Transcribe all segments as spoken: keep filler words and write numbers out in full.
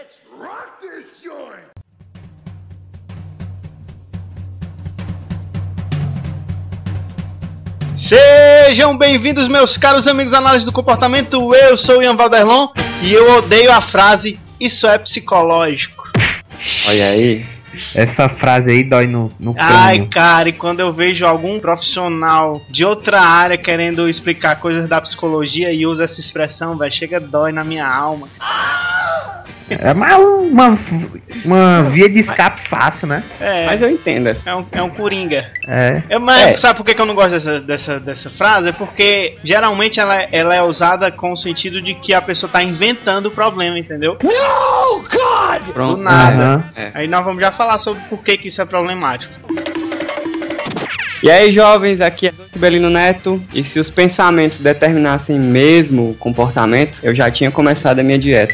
Let's rock this joint! Sejam bem-vindos, meus caros amigos da análise do comportamento. Eu sou o Ian Valderlon e eu odeio a frase "isso é psicológico". Olha aí, essa frase aí dói no, no crânio. Ai, cara, e quando eu vejo algum profissional de outra área querendo explicar coisas da psicologia e usa essa expressão, velho, chega dói na minha alma. É uma, uma, uma via de escape fácil, né? É, mas eu entendo. É um, é um coringa. É. Eu, mas É. sabe por que que eu não gosto dessa, dessa, dessa frase? É porque geralmente ela, ela é usada com o sentido de que a pessoa tá inventando o problema, entendeu? No, God! Do nada. Aham. É. Aí nós vamos já falar sobre por que que isso é problemático. E aí, jovens, aqui é Belino Neto. E se os pensamentos determinassem mesmo o comportamento, eu já tinha começado a minha dieta.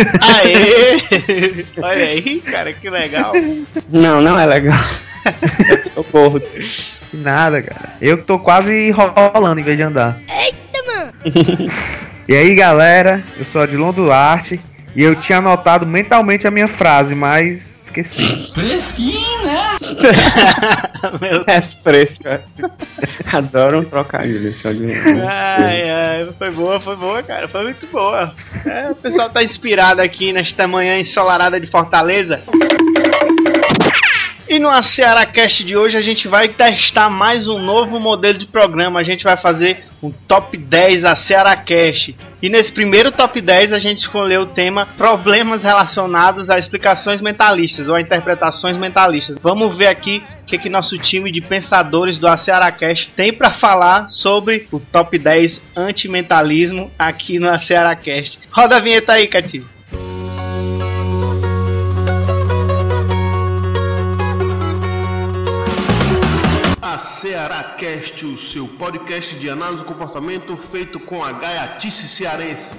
Aê! Olha aí, cara, que legal. Não, não é legal. Eu corro. Que nada, cara. Eu tô quase rolando em vez de andar. Eita, mano! E aí, galera, eu sou Adilon Duarte e eu tinha anotado mentalmente a minha frase, mas esqueci. Meu É fresco. é. Adoro um trocadilho. Só de... Ai, ai, foi boa, foi boa, cara, foi muito boa. É, o pessoal tá inspirado aqui nesta manhã ensolarada de Fortaleza. E no AcearaCast de hoje a gente vai testar mais um novo modelo de programa. A gente vai fazer um top dez AcearaCast. E nesse primeiro top dez a gente escolheu o tema problemas relacionados a explicações mentalistas ou a interpretações mentalistas. Vamos ver aqui o que, que nosso time de pensadores do AcearaCast tem para falar sobre o top dez antimentalismo aqui no AcearaCast. Roda a vinheta aí, Cati. AcearaCast, o seu podcast de análise do comportamento feito com a gaiatice cearense.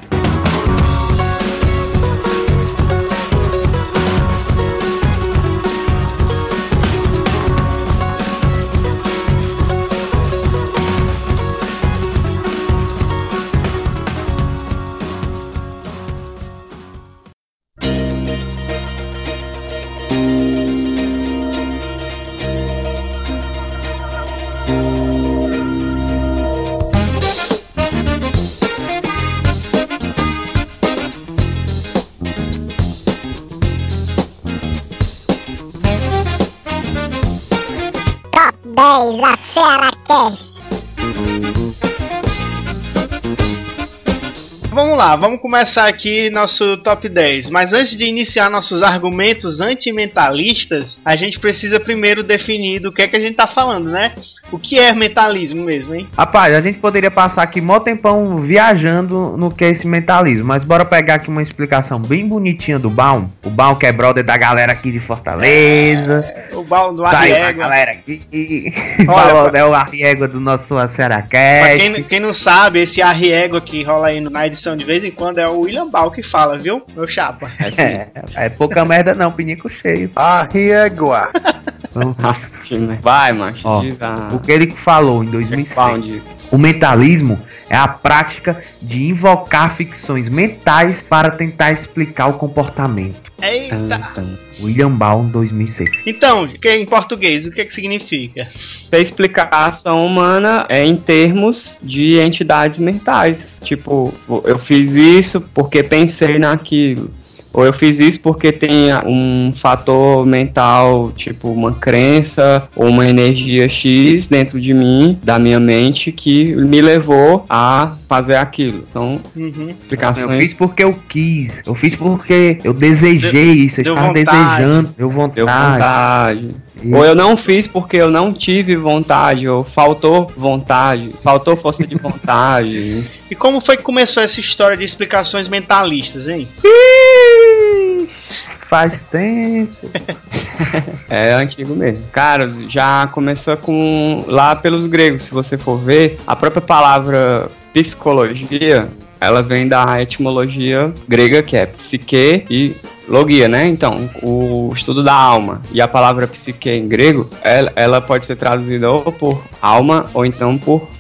Top dez AcearaCast. Vamos lá, vamos começar aqui nosso top dez. Mas antes de iniciar nossos argumentos antimentalistas, a gente precisa primeiro definir do que é que a gente tá falando, né? O que é mentalismo mesmo, hein? Rapaz, a gente poderia passar aqui mó tempão viajando no que é esse mentalismo, mas bora pegar aqui uma explicação bem bonitinha do Baum. O Baum que é brother da galera aqui de Fortaleza. O balão do Saiu pra Arriégua. galera aqui. Olha, Falou, pra- é o Arriégua do nosso Pra AcearaCast. quem, quem não sabe, esse Arriégua que rola aí na edição de vez em quando é o William Ball que fala, viu? Meu chapa. É, é pouca merda não, pinico cheio. Arriégua! Vai, macho. Ó, diz a- o que ele falou em dois mil e Responde. seis. O mentalismo é a prática de invocar ficções mentais para tentar explicar o comportamento. Eita! William Baum, dois mil e seis. Então, que em português, o que que significa? Você explicar a ação humana é em termos de entidades mentais. Tipo, eu fiz isso porque pensei naquilo. Ou eu fiz isso porque tem um fator mental, tipo uma crença ou uma energia X dentro de mim, da minha mente, que me levou a fazer aquilo. Então, Uhum. explicações... Eu fiz porque eu quis. Eu fiz porque eu desejei isso. Eu deu estava vontade. desejando. Deu vontade. Deu vontade. Isso. Ou eu não fiz porque eu não tive vontade, ou faltou vontade, faltou força de vontade. E como foi que começou essa história de explicações mentalistas, hein? Ih, Faz tempo. É antigo mesmo. Cara, já começou com lá pelos gregos, se você for ver, a própria palavra psicologia, ela vem da etimologia grega, que é psique e logia, né? Então, o estudo da alma. E a palavra psique em grego, ela, ela pode ser traduzida ou por alma ou então por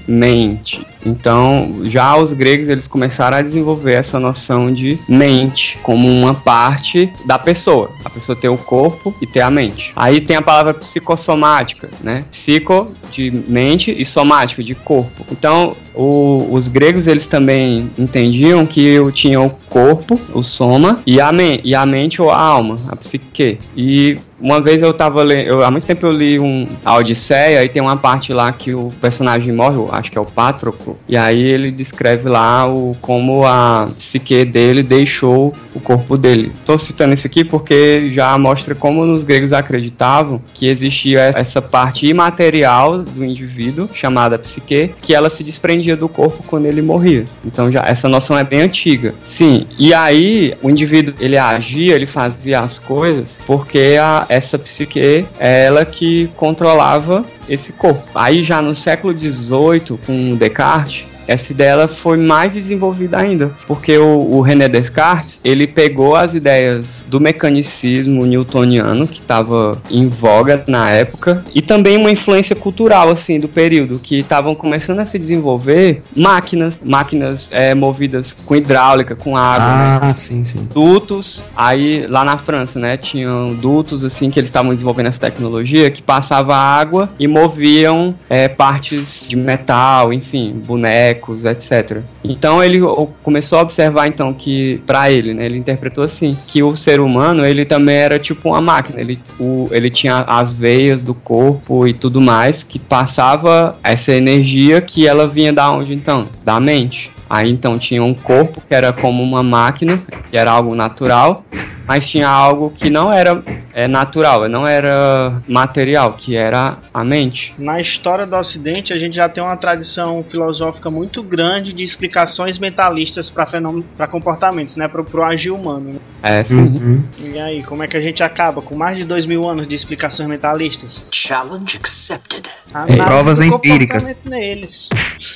mente. Então, já os gregos, eles começaram a desenvolver essa noção de mente como uma parte da pessoa. A pessoa tem o corpo e tem a mente. Aí tem a palavra psicossomática, né? Psico, de mente, e somático, de corpo. Então, o, os gregos, eles também entendiam que eu tinha o corpo, o soma, e a, me, e a mente ou a alma, a psique. E uma vez eu tava lendo, há muito tempo eu li um, a Odisseia, e tem uma parte lá que o personagem morre, eu acho que é o Pátroclo, e aí ele descreve lá o, como a psique dele deixou o corpo dele. Estou citando isso aqui porque já mostra como os gregos acreditavam que existia essa parte imaterial do indivíduo, chamada psique, que ela se desprendia do corpo quando ele morria. Então já essa noção é bem antiga. Sim, e aí o indivíduo, ele agia, ele fazia as coisas porque a, essa psique é ela que controlava esse corpo. Aí já no século dezoito, com Descartes, essa ideia ela foi mais desenvolvida ainda, porque o, o René Descartes, ele pegou as ideias do mecanicismo newtoniano, que estava em voga na época, e também uma influência cultural, assim, do período, que estavam começando a se desenvolver máquinas, máquinas é, movidas com hidráulica, com água, Ah, né? sim, sim. Dutos, aí lá na França, né, tinham dutos, assim, que eles estavam desenvolvendo essa tecnologia, que passava água e moviam é, partes de metal, enfim, bonecos, etcétera. Então ele começou a observar, então, que, pra ele, né, ele interpretou assim, que o ser humano, ele também era tipo uma máquina, ele, o, ele tinha as veias do corpo e tudo mais, que passava essa energia que ela vinha da onde, então? Da mente. Aí então tinha um corpo que era como uma máquina, que era algo natural, mas tinha algo que não era é, natural, não era material, que era a mente. Na história do Ocidente, a gente já tem uma tradição filosófica muito grande de explicações mentalistas para fenômenos, para comportamentos, né, para o agir humano. Né? É, sim. Uhum. E aí, como é que a gente acaba com mais de dois mil anos de explicações mentalistas? Challenge accepted. Análise Provas do empíricas. comportamento neles.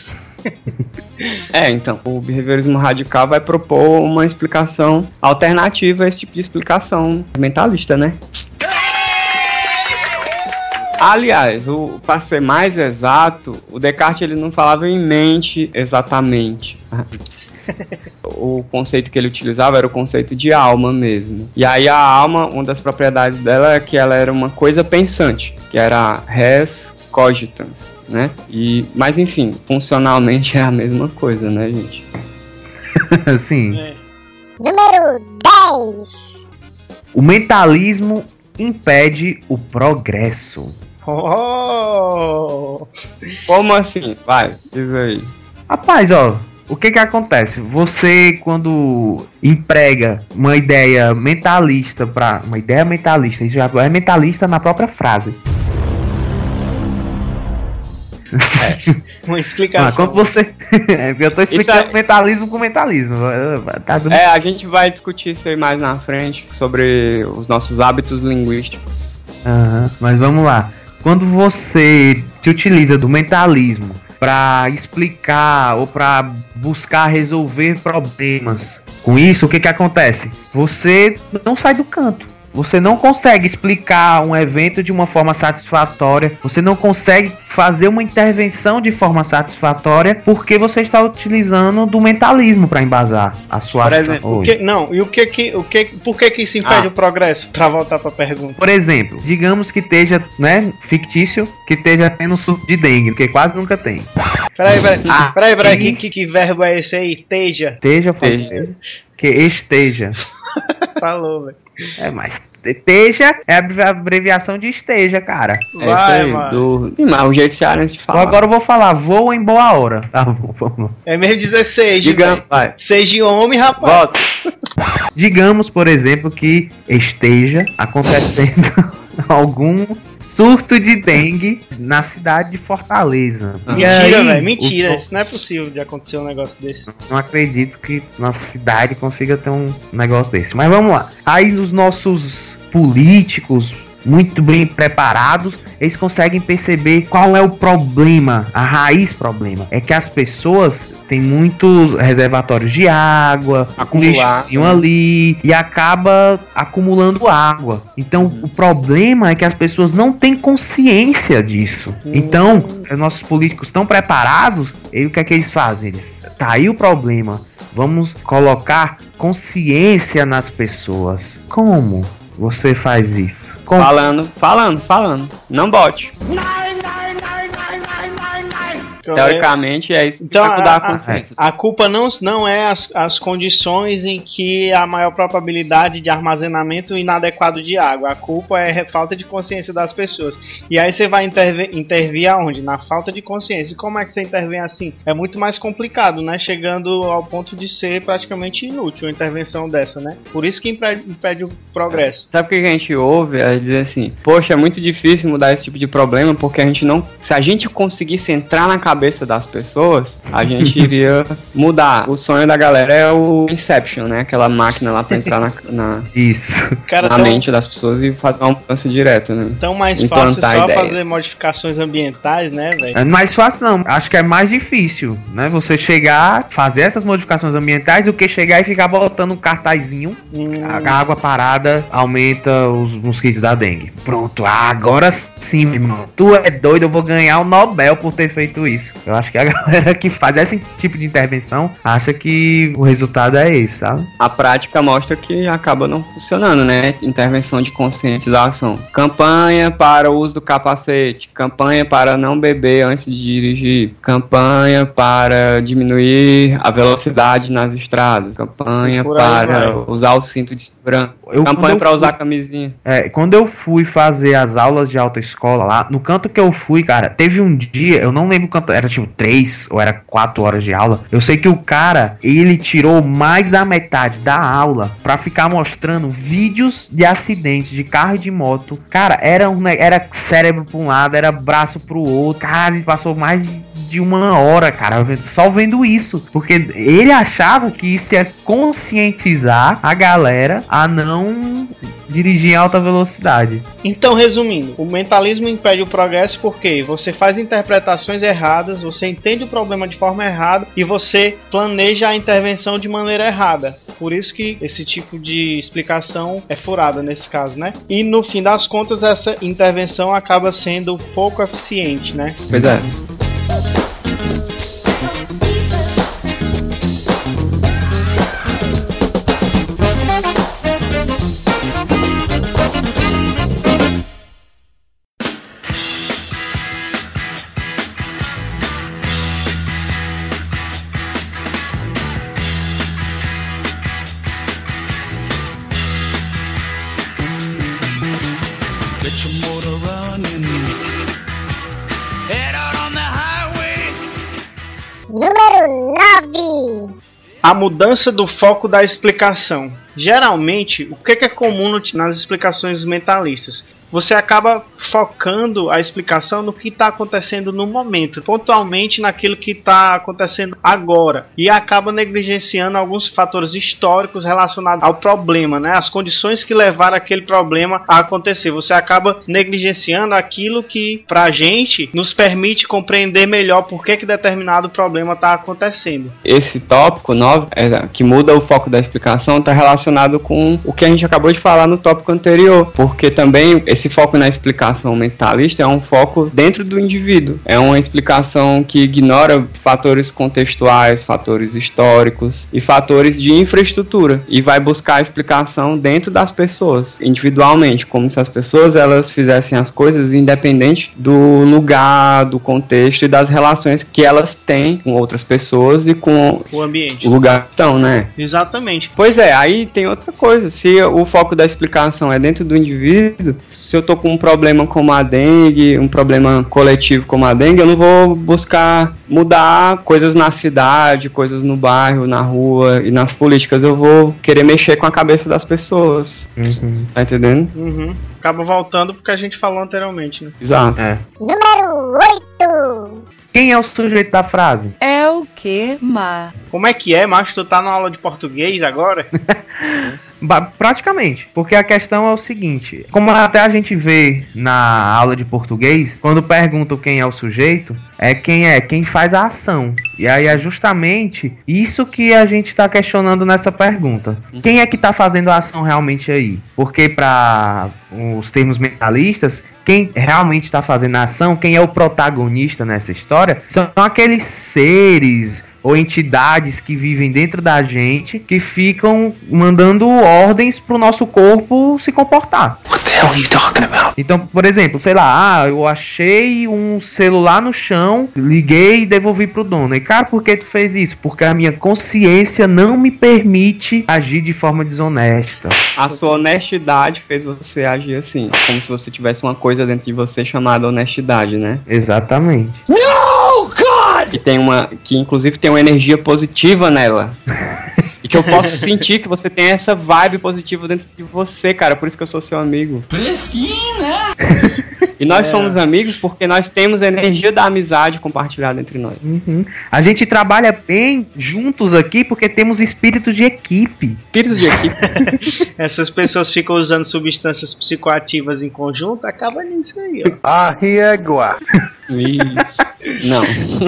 É, então, o behaviorismo radical vai propor uma explicação alternativa a esse tipo de explicação mentalista, né? Aliás, o, para ser mais exato, o Descartes ele não falava em mente exatamente. O conceito que ele utilizava era o conceito de alma mesmo. E aí a alma, uma das propriedades dela é que ela era uma coisa pensante, que era res cogitans, né? E, mas enfim, funcionalmente é a mesma coisa, né, gente? Sim. É. Número dez. O mentalismo impede o progresso. Oh! Como assim? Vai, diz aí. Rapaz, ó, o que que acontece? Você, quando emprega uma ideia mentalista para uma ideia mentalista, isso já é mentalista na própria frase. Uma explicação. Ah, quando você, é, eu tô explicando Isso é- mentalismo com mentalismo. Tá dando... É, a gente vai discutir isso aí mais na frente, sobre os nossos hábitos linguísticos. Aham, mas vamos lá. Quando você se utiliza do mentalismo para explicar ou para buscar resolver problemas, com isso o que que acontece? Você não sai do canto. Você não consegue explicar um evento de uma forma satisfatória. Você não consegue fazer uma intervenção de forma satisfatória porque você está utilizando do mentalismo para embasar a sua Por ação. exemplo, o hoje. que, não, e o que que, o que, por que que isso impede Ah. o progresso? Pra voltar pra pergunta. Por exemplo, digamos que esteja, né, fictício, que esteja tendo surto de dengue, que quase nunca tem. Peraí, peraí, Ah, peraí, peraí, e- que, que, que verbo é esse aí? Teja. Esteja, Esteja. que esteja. Falou, velho. É, mas esteja é a abrevi- abreviação de esteja, cara. É Vai, isso aí, mano. do... Sim, mas o jeito cearense de Então falar. agora eu vou falar, voa em boa hora. Tá bom, vamos lá. É mesmo dizer seja, Diga, velho. vai. Seja homem, rapaz. Volta. Digamos, por exemplo, que esteja acontecendo algum surto de dengue na cidade de Fortaleza. E Mentira, aí, velho, mentira. os- Isso não é possível de acontecer um negócio desse. Não acredito que nossa cidade consiga ter um negócio desse. Mas vamos lá. Aí os nossos políticos, muito bem preparados, eles conseguem perceber qual é o problema, a raiz problema. É que as pessoas têm muitos reservatórios de água, um lixozinho ali, e acaba acumulando água. Então, uhum. o problema é que as pessoas não têm consciência disso. Uhum. Então, nossos políticos estão preparados, e o que é que eles fazem? Eles, tá aí o problema. Vamos colocar consciência nas pessoas. Como você faz isso? Como? Falando, falando, falando. Não bote. Teoricamente é isso que então, vai mudar a, a consciência. A, a culpa não, não é as, as condições em que há maior probabilidade de armazenamento inadequado de água. A culpa é a falta de consciência das pessoas. E aí você vai intervir, intervir aonde? Na falta de consciência. E como é que você intervém assim? É muito mais complicado, né? Chegando ao ponto de ser praticamente inútil uma intervenção dessa, né? Por isso que impede, impede o progresso. Sabe o que a gente ouve? É dizer assim, poxa, é muito difícil mudar esse tipo de problema porque a gente não... Se a gente conseguisse entrar na cabeça cabeça das pessoas, a gente iria mudar. O sonho da galera é o Inception, né? Aquela máquina lá pra entrar na, na, Isso. Cara, na tão, mente das pessoas e fazer uma mudança direta, né? Então mais fácil só ideias. Fazer modificações ambientais, né, velho? É mais fácil não. Acho que é mais difícil, né? Você chegar, fazer essas modificações ambientais do que chegar e ficar botando um cartazinho. Hum. A água parada aumenta os mosquitos da dengue. Pronto, agora sim, meu irmão. Tu é doido, eu vou ganhar o Nobel por ter feito isso. Eu acho que a galera que faz esse tipo de intervenção acha que o resultado é esse, sabe? A prática mostra que acaba não funcionando, né? Intervenção de conscientização. Campanha para o uso do capacete. Campanha para não beber antes de dirigir. Campanha para diminuir a velocidade nas estradas. Campanha para vai. usar o cinto de segurança. Eu, campanha para usar camisinha. É, quando eu fui fazer as aulas de autoescola lá, no canto que eu fui, cara, teve um dia, eu não lembro o canto, era tipo três ou era quatro horas de aula. Eu sei que o cara, ele tirou mais da metade da aula pra ficar mostrando vídeos de acidentes de carro e de moto. Cara, era, um, era cérebro pra um lado, era braço pro outro. Cara, ele passou mais de, de uma hora, cara, só vendo isso. Porque ele achava que isso ia conscientizar a galera a não dirigir em alta velocidade. Então, resumindo, o mentalismo impede o progresso porque você faz interpretações erradas, você entende o problema de forma errada e você planeja a intervenção de maneira errada. Por isso que esse tipo de explicação é furada nesse caso, né? E no fim das contas, essa intervenção acaba sendo pouco eficiente, né? Pois é. Número nove. A mudança do foco da explicação. Geralmente, o que é comum nas explicações mentalistas? Você acaba focando a explicação no que está acontecendo no momento, pontualmente naquilo que está acontecendo agora, e acaba negligenciando alguns fatores históricos relacionados ao problema, né? As condições que levaram aquele problema a acontecer. Você acaba negligenciando aquilo que, pra gente, nos permite compreender melhor por que, que determinado problema está acontecendo. Esse tópico nove, é, que muda o foco da explicação, está relacionado com o que a gente acabou de falar no tópico anterior, porque também esse foco na explicação mentalista é um foco dentro do indivíduo. É uma explicação que ignora fatores contextuais, fatores históricos e fatores de infraestrutura e vai buscar a explicação dentro das pessoas, individualmente, como se as pessoas elas fizessem as coisas independente do lugar, do contexto e das relações que elas têm com outras pessoas e com o ambiente, o lugar que estão, né? Exatamente. Pois é, aí tem outra coisa. Se o foco da explicação é dentro do indivíduo, se eu tô com um problema como a dengue, um problema coletivo como a dengue, eu não vou buscar mudar coisas na cidade, coisas no bairro, na rua e nas políticas. Eu vou querer mexer com a cabeça das pessoas. Uhum. Tá entendendo? Uhum. Acaba voltando porque a gente falou anteriormente, né? Exato. É. Número oito. Quem é o sujeito da frase? É o que, Mar? Como é que é, macho? Tu tá na aula de português agora? Ba- praticamente, porque a questão é o seguinte, como até a gente vê na aula de português, quando perguntam quem é o sujeito, é quem é, quem faz a ação. E aí é justamente isso que a gente tá questionando nessa pergunta. Quem é que tá fazendo a ação realmente aí? Porque para os termos mentalistas, quem realmente está fazendo a ação, quem é o protagonista nessa história, são aqueles seres ou entidades que vivem dentro da gente, que ficam mandando ordens pro nosso corpo se comportar. What the hell are you talking about? Então, por exemplo, sei lá, ah, eu achei um celular no chão, liguei e devolvi pro dono. E cara, por que tu fez isso? Porque a minha consciência não me permite agir de forma desonesta. A sua honestidade fez você agir assim, como se você tivesse uma coisa dentro de você chamada honestidade, né? Exatamente. No, God! Que tem uma, que inclusive tem uma energia positiva nela. E que eu posso sentir que você tem essa vibe positiva dentro de você, cara. Por isso que eu sou seu amigo. Pesquina! E nós É. somos amigos porque nós temos a energia da amizade compartilhada entre nós. Uhum. A gente trabalha bem juntos aqui porque temos espírito de equipe. Espírito de equipe. Essas pessoas ficam usando substâncias psicoativas em conjunto, acaba nisso aí, ó. Arriégua. Ih, não.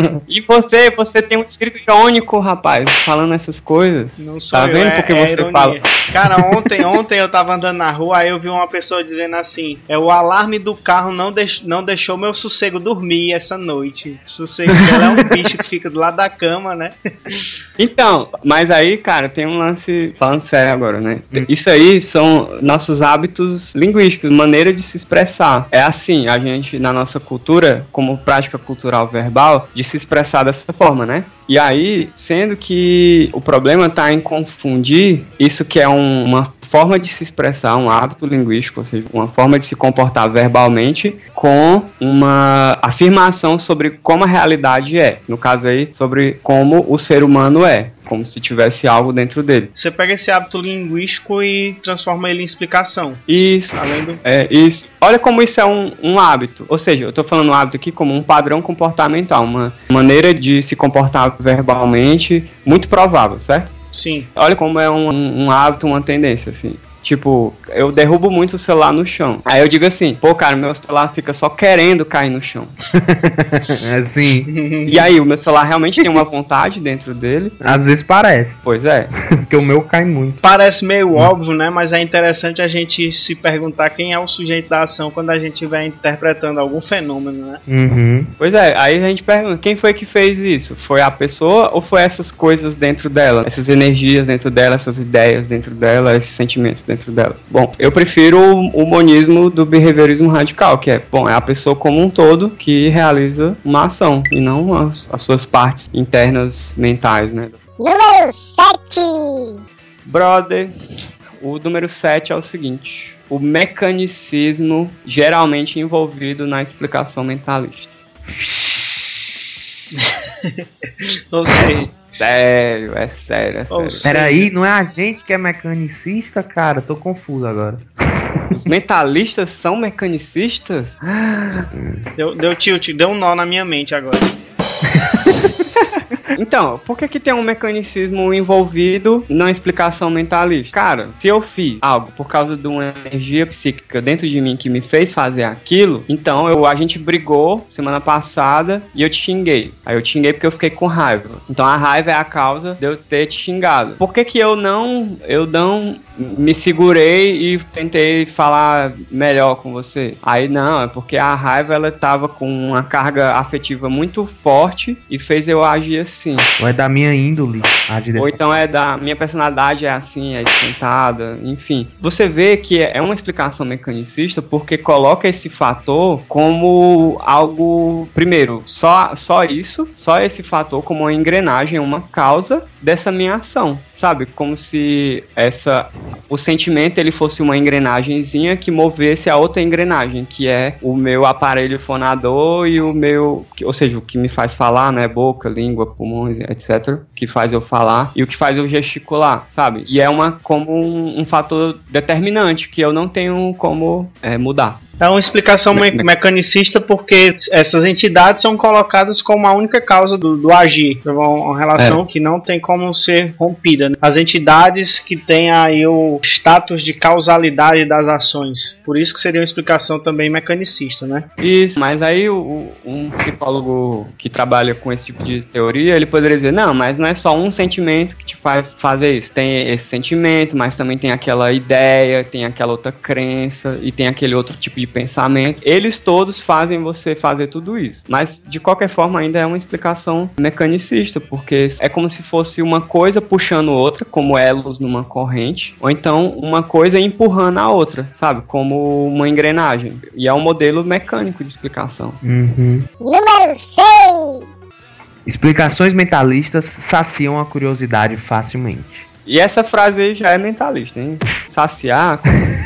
E você, você tem um espírito iônico, rapaz, falando essas coisas. Não sou Tá eu, vendo é, porque é você ironia. fala? Cara, ontem, ontem eu tava andando na rua, aí eu vi uma pessoa dizendo assim: é o alarme do carro não, deix, não deixou meu sossego dormir essa noite. Sossego dela é um bicho que fica do lado da cama, né? Então, mas aí, cara, tem um lance, falando sério agora, né? Isso aí são nossos hábitos linguísticos, maneira de se expressar. É assim, a gente, na nossa cultura, como prática cultural verbal, de se expressar dessa forma, né? E aí, sendo que o problema tá em confundir isso que é um, uma forma de se expressar, um hábito linguístico, ou seja, uma forma de se comportar verbalmente, com uma afirmação sobre como a realidade é. No caso aí, sobre como o ser humano é, como se tivesse algo dentro dele. Você pega esse hábito linguístico e transforma ele em explicação. Isso, Além do... é isso. Olha como isso é um, um hábito. Ou seja, eu tô falando um hábito aqui como um padrão comportamental, uma maneira de se comportar verbalmente muito provável, certo? Sim. Olha como é um, um, um hábito, uma tendência, assim. Tipo, eu derrubo muito o celular no chão. Aí eu digo assim, pô, cara, meu celular fica só querendo cair no chão. Assim, E aí, o meu celular realmente tem uma vontade dentro dele? às vezes parece, Pois é. porque o meu cai muito. Parece meio óbvio, né? Mas é interessante a gente se perguntar quem é o sujeito da ação quando a gente estiver interpretando algum fenômeno, né? Uhum. Pois é, aí a gente pergunta, quem foi que fez isso? Foi a pessoa ou foi essas coisas dentro dela? Essas energias dentro dela, essas ideias dentro dela, esses sentimentos dentro dela? Bom, eu prefiro o, o monismo do behaviorismo radical, que é, bom, é a pessoa como um todo que realiza uma ação, e não as, as suas partes internas mentais, né? Número sete. Brother, o número sete é o seguinte: o mecanicismo geralmente envolvido na explicação mentalista. Ok. Sério, é sério, é Ou sério. seja, Peraí, não é a gente que é mecanicista, cara? Tô confuso agora. Os mentalistas são mecanicistas? Deu, deu tilt, deu um nó na minha mente agora. Então, por que que tem um mecanicismo envolvido na explicação mentalista? Cara, se eu fiz algo por causa de uma energia psíquica dentro de mim que me fez fazer aquilo, então eu, a gente brigou semana passada e eu te xinguei. Aí eu te xinguei porque eu fiquei com raiva. Então a raiva é a causa de eu ter te xingado. Por que que eu não, eu não me segurei e tentei falar melhor com você? Aí não, é porque a raiva ela tava com uma carga afetiva muito forte e fez eu agir assim. Ou é da minha índole? agir dessa Ou então é da minha personalidade é assim, é esquentada, enfim. Você vê que é uma explicação mecanicista porque coloca esse fator como algo, primeiro, só, só isso, só esse fator como uma engrenagem, uma causa dessa minha ação. Sabe, como se essa, o sentimento ele fosse uma engrenagemzinha que movesse a outra engrenagem, que é o meu aparelho fonador e o meu, ou seja, o que me faz falar, né, boca, língua, pulmões, etcétera, que faz eu falar e o que faz eu gesticular, sabe? E é uma como um, um fator determinante que eu não tenho como é, mudar. É uma explicação me mecanicista porque essas entidades são colocadas como a única causa do, do agir. É uma relação é. que não tem como ser rompida. Né? As entidades que têm aí o status de causalidade das ações. Por isso que seria uma explicação também mecanicista, né? Isso, mas aí o, um psicólogo que trabalha com esse tipo de teoria, ele poderia dizer, não, mas não é só um sentimento que te faz fazer isso. Tem esse sentimento, mas também tem aquela ideia, tem aquela outra crença e tem aquele outro tipo de pensamento. Eles todos fazem você fazer tudo isso. Mas, de qualquer forma, ainda é uma explicação mecanicista, porque é como se fosse uma coisa puxando outra, como elos numa corrente, ou então uma coisa empurrando a outra, sabe? Como uma engrenagem. E é um modelo mecânico de explicação. Uhum. Número seis. Explicações mentalistas saciam a curiosidade facilmente. E essa frase aí já é mentalista, hein? Saciar...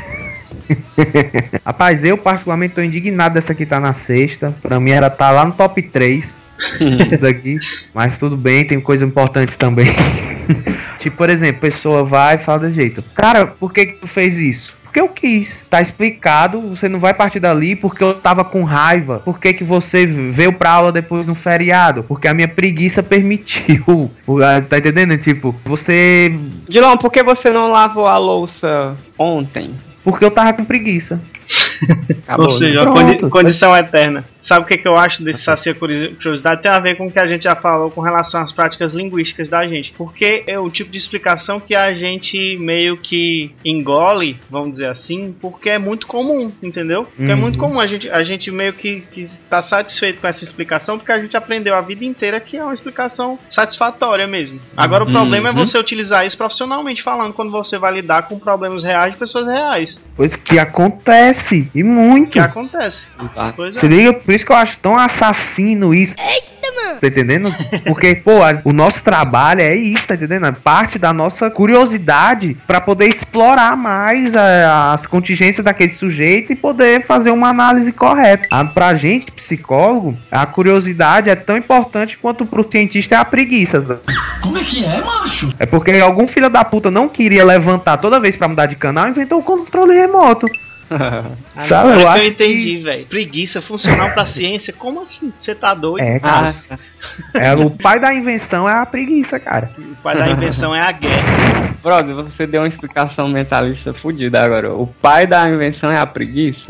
Rapaz, eu particularmente tô indignado dessa aqui tá na sexta. Pra mim era tá lá no top três. Isso daqui. Mas tudo bem, tem coisa importante também. Tipo, por exemplo, a pessoa vai e fala desse jeito: cara, por que que tu fez isso? Porque eu quis, tá explicado, você não vai partir dali porque eu tava com raiva. Por que que você veio pra aula depois no feriado? Porque a minha preguiça permitiu. Tá entendendo? Tipo, você... Dilon, por que você não lavou a louça ontem? Porque eu tava com preguiça. Acabou, Ou seja, a condi condição eterna. Sabe o que, que eu acho desse sacia curiosidade? Tem a ver com o que a gente já falou com relação às práticas linguísticas da gente. Porque é o tipo de explicação que a gente meio que engole, vamos dizer assim, porque é muito comum, entendeu? Porque uhum. é muito comum. A gente, a gente meio que, que tá satisfeito com essa explicação porque a gente aprendeu a vida inteira que é uma explicação satisfatória mesmo. Agora uhum. o problema é você utilizar isso profissionalmente falando, quando você vai lidar com problemas reais de pessoas reais. Pois que acontece, e muito. Que acontece. Tá. Pois Se é. liga, por isso que eu acho tão assassino isso. Eita, mano! Tá entendendo? Porque, pô, a, o nosso trabalho é isso, tá entendendo? É parte da nossa curiosidade pra poder explorar mais a, as contingências daquele sujeito e poder fazer uma análise correta. A, pra gente, psicólogo, a curiosidade é tão importante quanto pro cientista é a preguiça. Como é que é, macho? É porque algum filho da puta não queria levantar toda vez pra mudar de canal e inventou o controle remoto. Sabe, eu, acho eu entendi, que... velho. Preguiça funcional pra ciência? Como assim? Você tá doido? É, cara. Ah. É, o pai da invenção é a preguiça, cara. O pai da invenção é a guerra. Brother, você deu uma explicação mentalista fodida agora. O pai da invenção é a preguiça?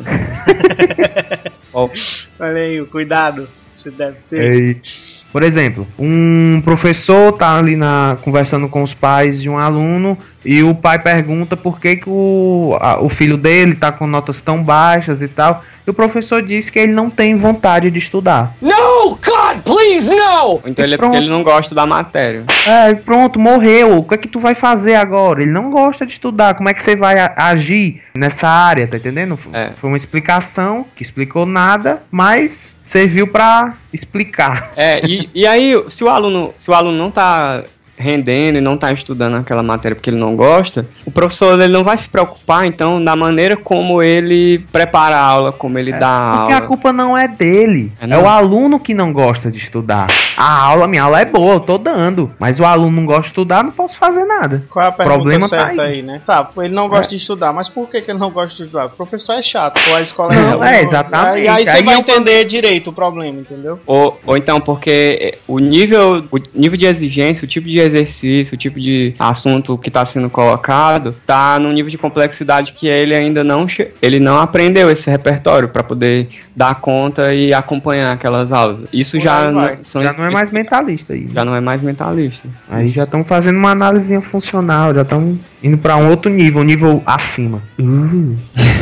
Oh. Olha aí, cuidado. Você deve ter. Ei. Por exemplo, um professor tá ali na, conversando com os pais de um aluno e o pai pergunta por que, que o, a, o filho dele tá com notas tão baixas e tal. E o professor diz que ele não tem vontade de estudar. No, God, please, no! Então ele é porque ele não gosta da matéria. É, pronto, morreu. O que é que tu vai fazer agora? Ele não gosta de estudar. Como é que você vai a, agir nessa área, tá entendendo? É. Foi uma explicação que explicou nada, mas serviu pra explicar. É, e, e aí, se o aluno, se o aluno não tá rendendo e não tá estudando aquela matéria porque ele não gosta, o professor ele não vai se preocupar, então, da maneira como ele prepara a aula, como ele é, dá a aula. Porque a culpa não é dele, é, é o aluno que não gosta de estudar. A aula, minha aula é boa, eu tô dando, mas o aluno não gosta de estudar, não posso fazer nada. Qual é a pergunta problema certa tá aí. aí, né? Tá, ele não gosta é. de estudar, mas por que, que ele não gosta de estudar? O professor é chato, ou a escola é não, não, é, exatamente. E aí você aí vai entender eu... direito o problema, entendeu? Ou, ou então porque o nível, o nível de exigência, o tipo de exercício, o tipo de assunto que está sendo colocado, tá num nível de complexidade que ele ainda não, ele não aprendeu esse repertório para poder dar conta e acompanhar aquelas aulas. Isso já não, são já não é mais mentalista aí. Já não é mais mentalista. Aí já estão fazendo uma análise funcional, já estão indo para um outro nível, um nível acima. Uh.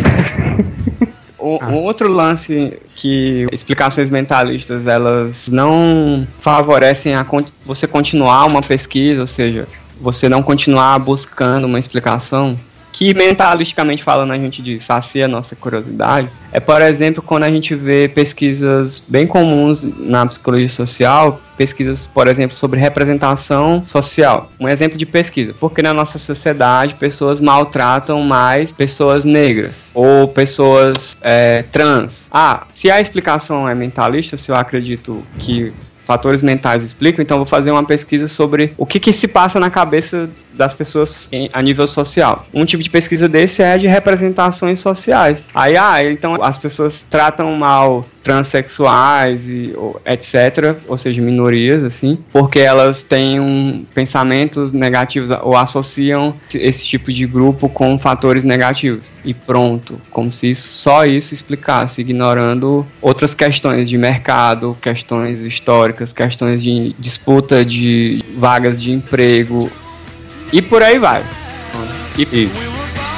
Um, um outro lance que explicações mentalistas elas não favorecem a con- você continuar uma pesquisa, ou seja, você não continuar buscando uma explicação, que mentalisticamente falando a gente diz sacia a nossa curiosidade, é, por exemplo, quando a gente vê pesquisas bem comuns na psicologia social, pesquisas, por exemplo, sobre representação social. Um exemplo de pesquisa, porque na nossa sociedade pessoas maltratam mais pessoas negras ou pessoas é, trans. Ah, se a explicação é mentalista, se eu acredito que fatores mentais explicam, então vou fazer uma pesquisa sobre o que, que se passa na cabeça das pessoas em, a nível social. Um tipo de pesquisa desse é de representações sociais. Aí, ah, então as pessoas tratam mal transexuais e ou, etcétera, ou seja, minorias, assim, porque elas têm um, pensamentos negativos ou associam esse tipo de grupo com fatores negativos. E pronto, como se isso, só isso explicasse, ignorando outras questões de mercado, questões históricas, questões de disputa de vagas de emprego e por aí vai. E isso.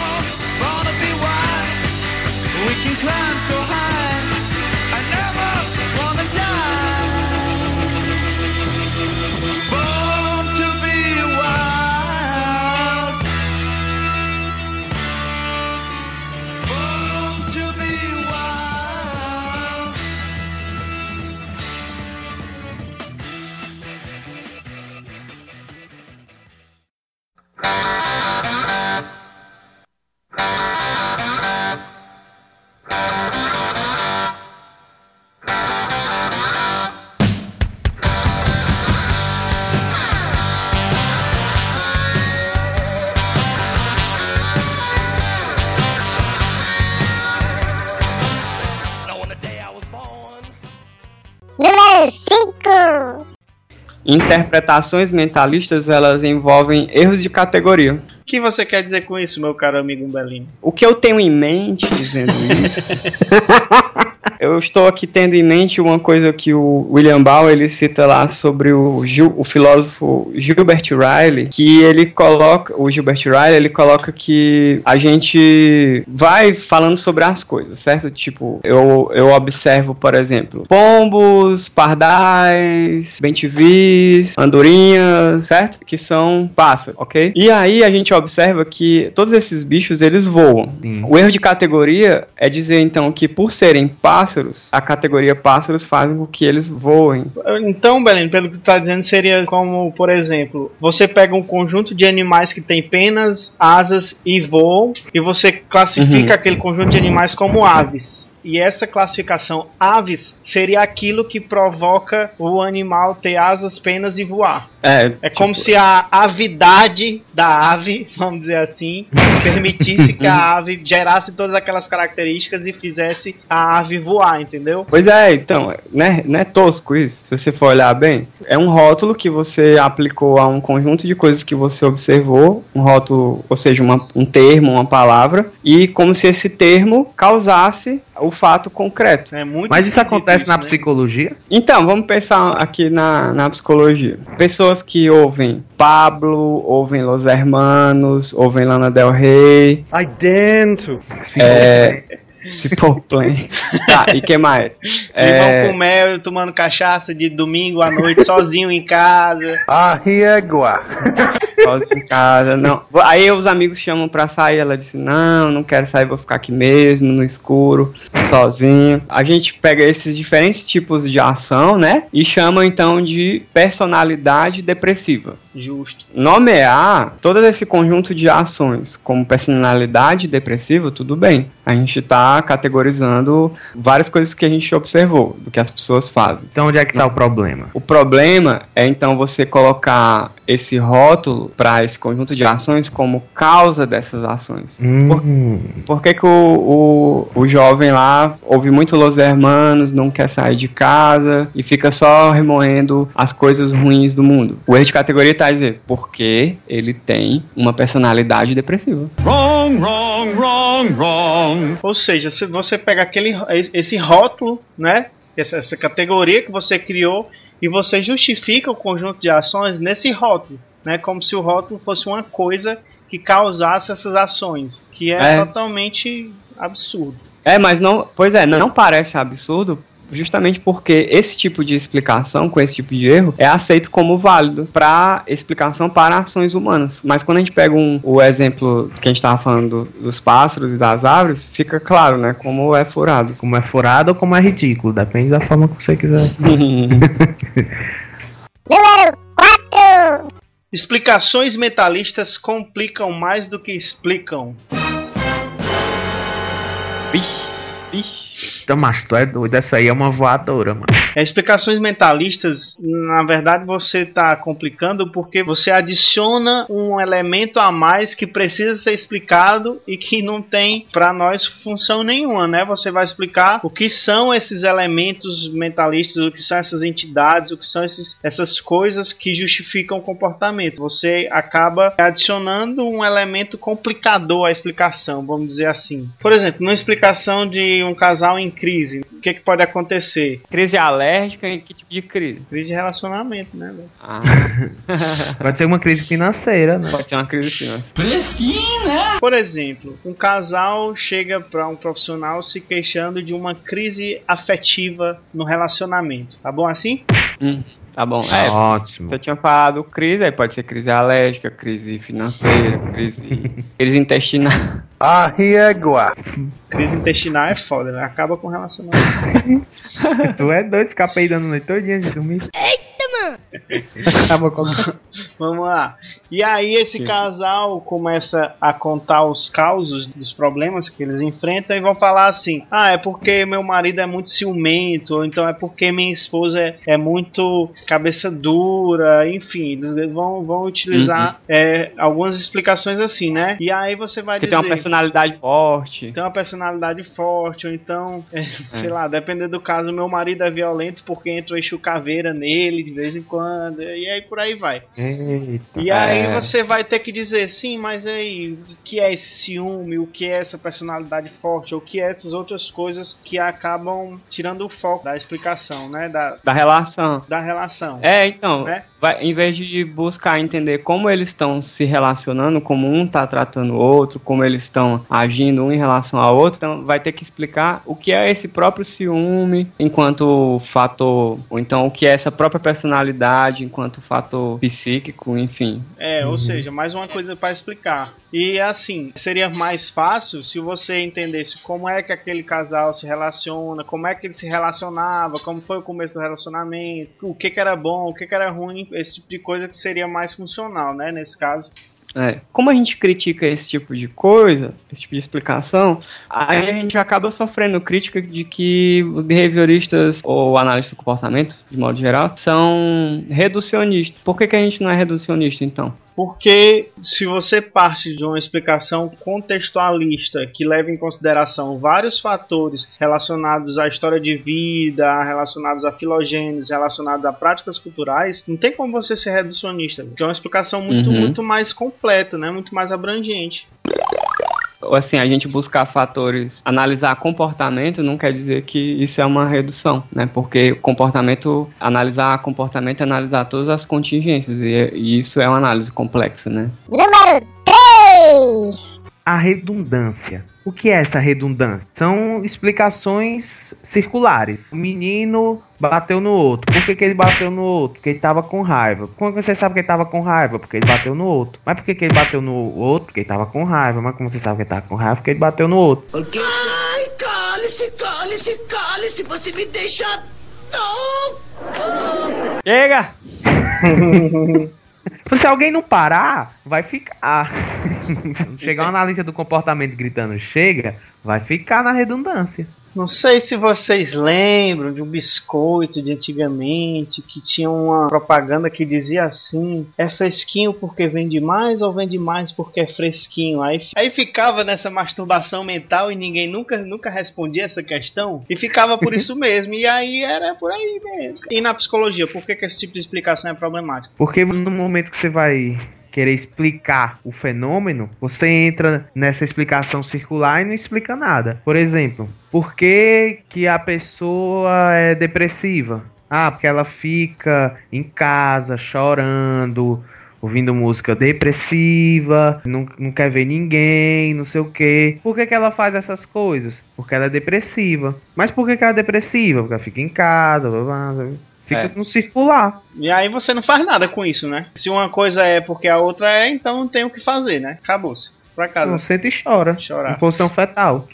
Número cinco. Interpretações mentalistas, elas envolvem erros de categoria. O que você quer dizer com isso, meu caro amigo Umbelino? O que eu tenho em mente dizendo isso... Eu estou aqui tendo em mente uma coisa que o William Ball, ele cita lá sobre o, Gil, o filósofo Gilbert Riley, que ele coloca, o Gilbert Riley, ele coloca que a gente vai falando sobre as coisas, certo? Tipo, eu, eu observo, por exemplo, pombos, pardais, bentivis, andorinhas, certo? Que são pássaros, ok? E aí a gente observa que todos esses bichos, eles voam. Sim. O erro de categoria é dizer, então, que por serem pássaros, a categoria pássaros fazem com que eles voem. Então, Belém, pelo que tu tá dizendo, seria como, por exemplo, você pega um conjunto de animais que tem penas, asas e voam, e você classifica uhum. aquele conjunto de animais como aves. E essa classificação aves seria aquilo que provoca o animal ter asas, penas e voar. É, é tipo... como se a avidade da ave, vamos dizer assim, permitisse que a ave gerasse todas aquelas características e fizesse a ave voar, entendeu? Pois é, então, né, não é tosco isso, se você for olhar bem. É um rótulo que você aplicou a um conjunto de coisas que você observou, um rótulo, ou seja, uma, um termo, uma palavra, e como se esse termo causasse o fato concreto. É muito Mas isso acontece isso, na né? psicologia? Então, vamos pensar aqui na, na psicologia. Pessoas que ouvem Pablo, ouvem Los Hermanos, ouvem Lana Del Rey. Ai, dentro! É... Simple Plan. Tá, e que mais? E é... vão com mel, tomando cachaça de domingo à noite, sozinho em casa. Ah, riegua. Sozinho em casa, não. Aí os amigos chamam pra sair, ela disse, não, não quero sair, vou ficar aqui mesmo, no escuro, sozinho. A gente pega esses diferentes tipos de ação, né, e chama então de personalidade depressiva. Justo. Nomear todo esse conjunto de ações como personalidade depressiva, tudo bem. A gente tá categorizando várias coisas que a gente observou, do que as pessoas fazem. Então onde é que tá o problema? O problema é então você colocar esse rótulo para esse conjunto de ações como causa dessas ações. Hum. Por, por que que o, o, o jovem lá ouve muito Los Hermanos, não quer sair de casa e fica só remoendo as coisas ruins do mundo? O erro de categoria tá a dizer, porque ele tem uma personalidade depressiva. Wrong, wrong, wrong, wrong. Ou seja, se você pega aquele, esse rótulo, né, essa, essa categoria que você criou, e você justifica o conjunto de ações nesse rótulo, né, como se o rótulo fosse uma coisa que causasse essas ações, que é, é. totalmente absurdo. É, mas não, pois é, não parece absurdo, justamente porque esse tipo de explicação, com esse tipo de erro, é aceito como válido para explicação para ações humanas. Mas quando a gente pega um, o exemplo que a gente estava falando dos pássaros e das árvores, fica claro, né, como é furado. Como é furado ou como é ridículo, depende da forma que você quiser. Número quatro. Explicações mentalistas complicam mais do que explicam. Vixe, vixe. Então, macho, tu é doido, essa aí é uma voadora, mano. É, explicações mentalistas, na verdade, você está complicando porque você adiciona um elemento a mais que precisa ser explicado e que não tem, para nós, função nenhuma, né? Você vai explicar o que são esses elementos mentalistas, o que são essas entidades, o que são esses, essas coisas que justificam o comportamento. Você acaba adicionando um elemento complicador à explicação, vamos dizer assim. Por exemplo, numa explicação de um casal em crise, o que, que pode acontecer? Crise alérgica e que tipo de crise? Crise de relacionamento, né? Véio? Ah. Pode ser uma crise financeira, né? Pode ser uma crise financeira. Fresquinho, né? Por exemplo, um casal chega para um profissional se queixando de uma crise afetiva no relacionamento. Tá bom assim? Hum. Tá bom, é. Ótimo. Você tinha falado crise, aí pode ser crise alérgica, crise financeira, crise, crise intestinal. A riegua. Crise intestinal é foda, né? Acaba com o relacionamento. Tu é doido ficar peidando noite todinha de dormir. Eita, mano! Acaba com... Vamos lá. E aí esse Sim. casal começa a contar os causos dos problemas que eles enfrentam e vão falar assim: ah, é porque meu marido é muito ciumento, ou então é porque minha esposa é, é muito cabeça dura, enfim, eles vão, vão utilizar Uhum. é, algumas explicações assim, né? E aí você vai Que dizer... tem uma personalidade forte. Tem uma personalidade forte, ou então, é, sei lá, dependendo do caso, meu marido é violento porque entra o eixo caveira nele de vez em quando, e aí por aí vai. Eita. E aí É. você vai ter que dizer, sim, mas aí, o que é esse ciúme, o que é essa personalidade forte, ou o que é essas outras coisas que acabam tirando o foco da explicação, né, da, Da relação. da relação. É, então, Né? vai, em vez de buscar entender como eles estão se relacionando, como um tá tratando o outro, como eles estão agindo um em relação ao outro, então vai ter que explicar o que é esse próprio ciúme enquanto fator, ou então o que é essa própria personalidade enquanto fator psíquico, enfim. É, ou seja, mais uma coisa para explicar. E assim, seria mais fácil se você entendesse como é que aquele casal se relaciona, como é que ele se relacionava, como foi o começo do relacionamento, o que que era bom, o que que era ruim, esse tipo de coisa que seria mais funcional, né, nesse caso. É. Como a gente critica esse tipo de coisa, esse tipo de explicação, aí a gente acaba sofrendo crítica de que os behavioristas ou analistas do comportamento, de modo geral, são reducionistas. Por que que a gente não é reducionista, então? Porque se você parte de uma explicação contextualista que leva em consideração vários fatores relacionados à história de vida, relacionados à filogênese, relacionados a práticas culturais, não tem como você ser reducionista, porque é uma explicação muito, Uhum. muito mais completa, né? Muito mais abrangente. Assim, a gente buscar fatores, analisar comportamento não quer dizer que isso é uma redução, né? Porque comportamento, analisar comportamento é analisar todas as contingências e, e isso é uma análise complexa, né? Número três. A redundância. O que é essa redundância? São explicações circulares. O menino bateu no outro. Por que, que ele bateu no outro? Porque ele tava com raiva. Como você sabe que ele tava com raiva? Porque ele bateu no outro. Mas por que, que ele bateu no outro? Porque ele tava com raiva. Mas como você sabe que ele tava com raiva? Porque ele bateu no outro. Ai, cale-se, cale-se, cale-se, você me deixa... Não! Chega! Se alguém não parar, vai ficar. Se chegar um analista do comportamento gritando chega, vai ficar na redundância. Não sei se vocês lembram de um biscoito de antigamente que tinha uma propaganda que dizia assim: é fresquinho porque vende mais ou vende mais porque é fresquinho? Aí, aí ficava nessa masturbação mental e ninguém nunca, nunca respondia essa questão e ficava por isso mesmo. E aí era por aí mesmo. E na psicologia, por que, que esse tipo de explicação é problemático? Porque no momento que você vai querer explicar o fenômeno, você entra nessa explicação circular e não explica nada. Por exemplo, por que que a pessoa é depressiva? Ah, porque ela fica em casa chorando, ouvindo música depressiva, não, não quer ver ninguém, não sei o quê. Por que que ela faz essas coisas? Porque ela é depressiva. Mas por que que ela é depressiva? Porque ela fica em casa, blá, blá, blá. Fica É. no circular. E aí você não faz nada com isso, né? Se uma coisa é porque a outra é, então não tem o que fazer, né? Acabou-se. Pra casa. Não senta e chora. Chorar. Em posição fetal.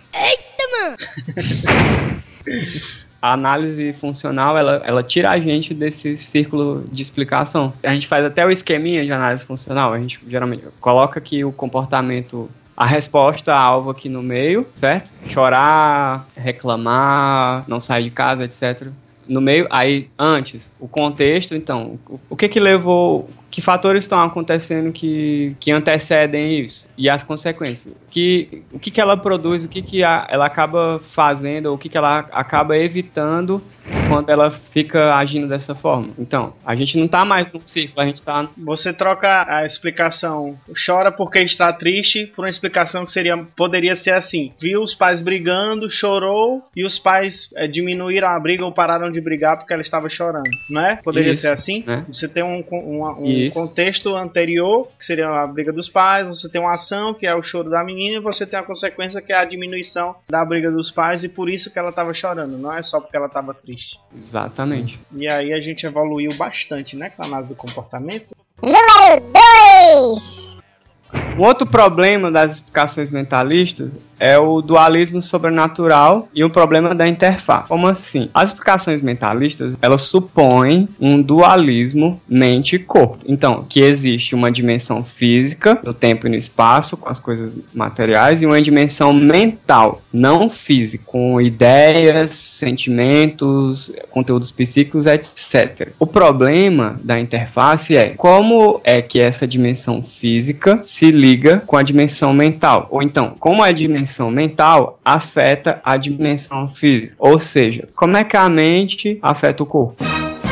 A análise funcional, ela, ela tira a gente desse círculo de explicação. A gente faz até o esqueminha de análise funcional. A gente geralmente coloca aqui o comportamento, a resposta alvo aqui no meio, certo? Chorar, reclamar, não sair de casa, etcétera. no meio, aí antes, o contexto, então, o, o que que levou, que fatores estão acontecendo que, que antecedem isso? E as consequências. Que, o que que ela produz, o que que a, ela acaba fazendo, ou o que que ela acaba evitando quando ela fica agindo dessa forma. Então, a gente não tá mais num ciclo, a gente tá... Você troca a explicação chora porque está triste por uma explicação que seria, poderia ser assim: viu os pais brigando, chorou, e os pais é, diminuíram a briga ou pararam de brigar porque ela estava chorando, não é? Poderia Isso, ser assim? né? Você tem um, um, um contexto anterior, que seria a briga dos pais, você tem uma ação, que é o choro da menina, e você tem a consequência, que é a diminuição da briga dos pais, e por isso que ela estava chorando, não é só porque ela estava triste. Exatamente. E aí a gente evoluiu bastante, né, com a análise do comportamento. Número dois. Um outro problema das explicações mentalistas é o dualismo sobrenatural e o problema da interface. Como assim? As explicações mentalistas, elas supõem um dualismo mente e corpo. Então, que existe uma dimensão física, no tempo e no espaço, com as coisas materiais, e uma dimensão mental, não física, com ideias, sentimentos, conteúdos psíquicos, etcétera. O problema da interface é como é que essa dimensão física se liga com a dimensão mental. Ou então, como a dimensão mental afeta a dimensão física. Ou seja, como é que a mente afeta o corpo?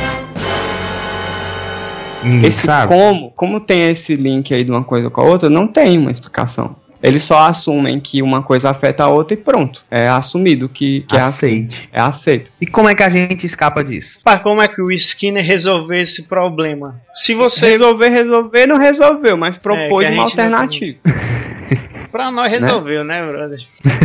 Ninguém Esse sabe. como, como tem esse link aí de uma coisa com a outra, não tem uma explicação. Eles só assumem que uma coisa afeta a outra e pronto. É assumido que, que Aceite. é, é aceito. E como é que a gente escapa disso? Mas como é que o Skinner resolveu esse problema? Se você... Resolver, resolver, não resolveu, mas propôs É, que a uma gente não- alternativa. Pra nós resolveu, né, brother?